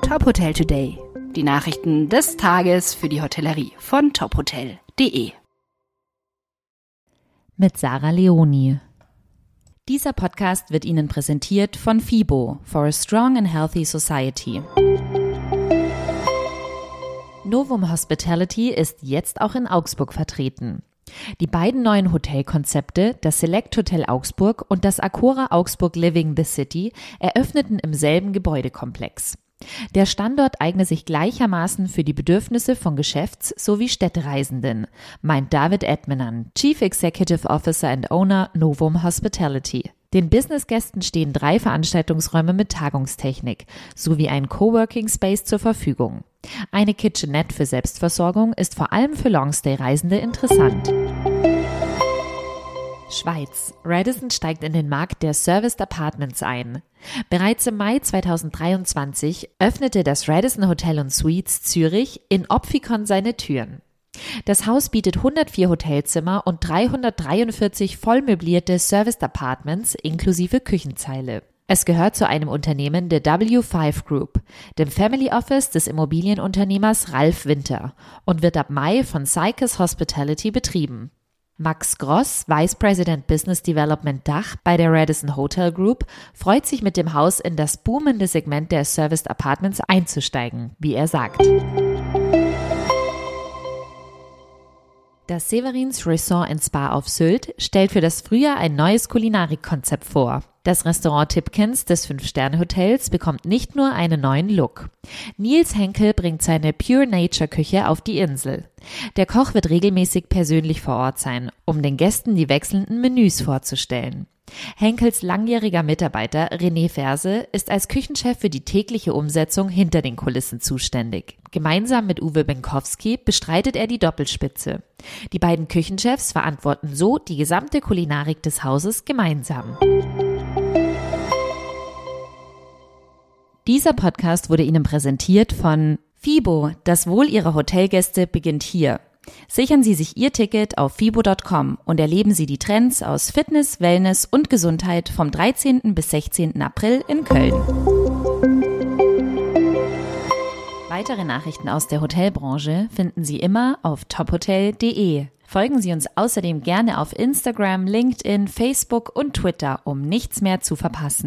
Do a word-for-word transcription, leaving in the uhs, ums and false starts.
Top Hotel Today. Die Nachrichten des Tages für die Hotellerie von top hotel punkt de. Mit Sarah Leoni. Dieser Podcast wird Ihnen präsentiert von FIBO for a Strong and Healthy Society. Novum Hospitality ist jetzt auch in Augsburg vertreten. Die beiden neuen Hotelkonzepte, das Select Hotel Augsburg und das Accora Augsburg Living the City, eröffneten im selben Gebäudekomplex. Der Standort eigne sich gleichermaßen für die Bedürfnisse von Geschäfts- sowie Städtereisenden, meint David Edmenan, Chief Executive Officer and Owner Novum Hospitality. Den Businessgästen stehen drei Veranstaltungsräume mit Tagungstechnik sowie ein Coworking Space zur Verfügung. Eine Kitchenette für Selbstversorgung ist vor allem für Longstay-Reisende interessant. Schweiz. Radisson steigt in den Markt der Serviced Apartments ein. Bereits im Mai zweitausenddreiundzwanzig öffnete das Radisson Hotel und Suites Zürich in Opfikon seine Türen. Das Haus bietet hundertvier Hotelzimmer und dreihundertdreiundvierzig vollmöblierte Serviced Apartments inklusive Küchenzeile. Es gehört zu einem Unternehmen der W fünf Group, dem Family Office des Immobilienunternehmers Ralf Winter, und wird ab Mai von Sykes Hospitality betrieben. Max Gross, Vice President Business Development Dach bei der Radisson Hotel Group, freut sich mit dem Haus in das boomende Segment der Serviced Apartments einzusteigen, wie er sagt. Das Severins Resort and Spa auf Sylt stellt für das Frühjahr ein neues Kulinarikkonzept vor. Das Restaurant Tipkins des Fünf-Sterne-Hotels bekommt nicht nur einen neuen Look. Nils Henkel bringt seine Pure-Nature-Küche auf die Insel. Der Koch wird regelmäßig persönlich vor Ort sein, um den Gästen die wechselnden Menüs vorzustellen. Henkels langjähriger Mitarbeiter René Ferse ist als Küchenchef für die tägliche Umsetzung hinter den Kulissen zuständig. Gemeinsam mit Uwe Benkowski bestreitet er die Doppelspitze. Die beiden Küchenchefs verantworten so die gesamte Kulinarik des Hauses gemeinsam. Dieser Podcast wurde Ihnen präsentiert von FIBO, das Wohl Ihrer Hotelgäste beginnt hier. Sichern Sie sich Ihr Ticket auf fibo punkt com und erleben Sie die Trends aus Fitness, Wellness und Gesundheit vom dreizehnten bis sechzehnten April in Köln. Weitere Nachrichten aus der Hotelbranche finden Sie immer auf top hotel punkt de. Folgen Sie uns außerdem gerne auf Instagram, LinkedIn, Facebook und Twitter, um nichts mehr zu verpassen.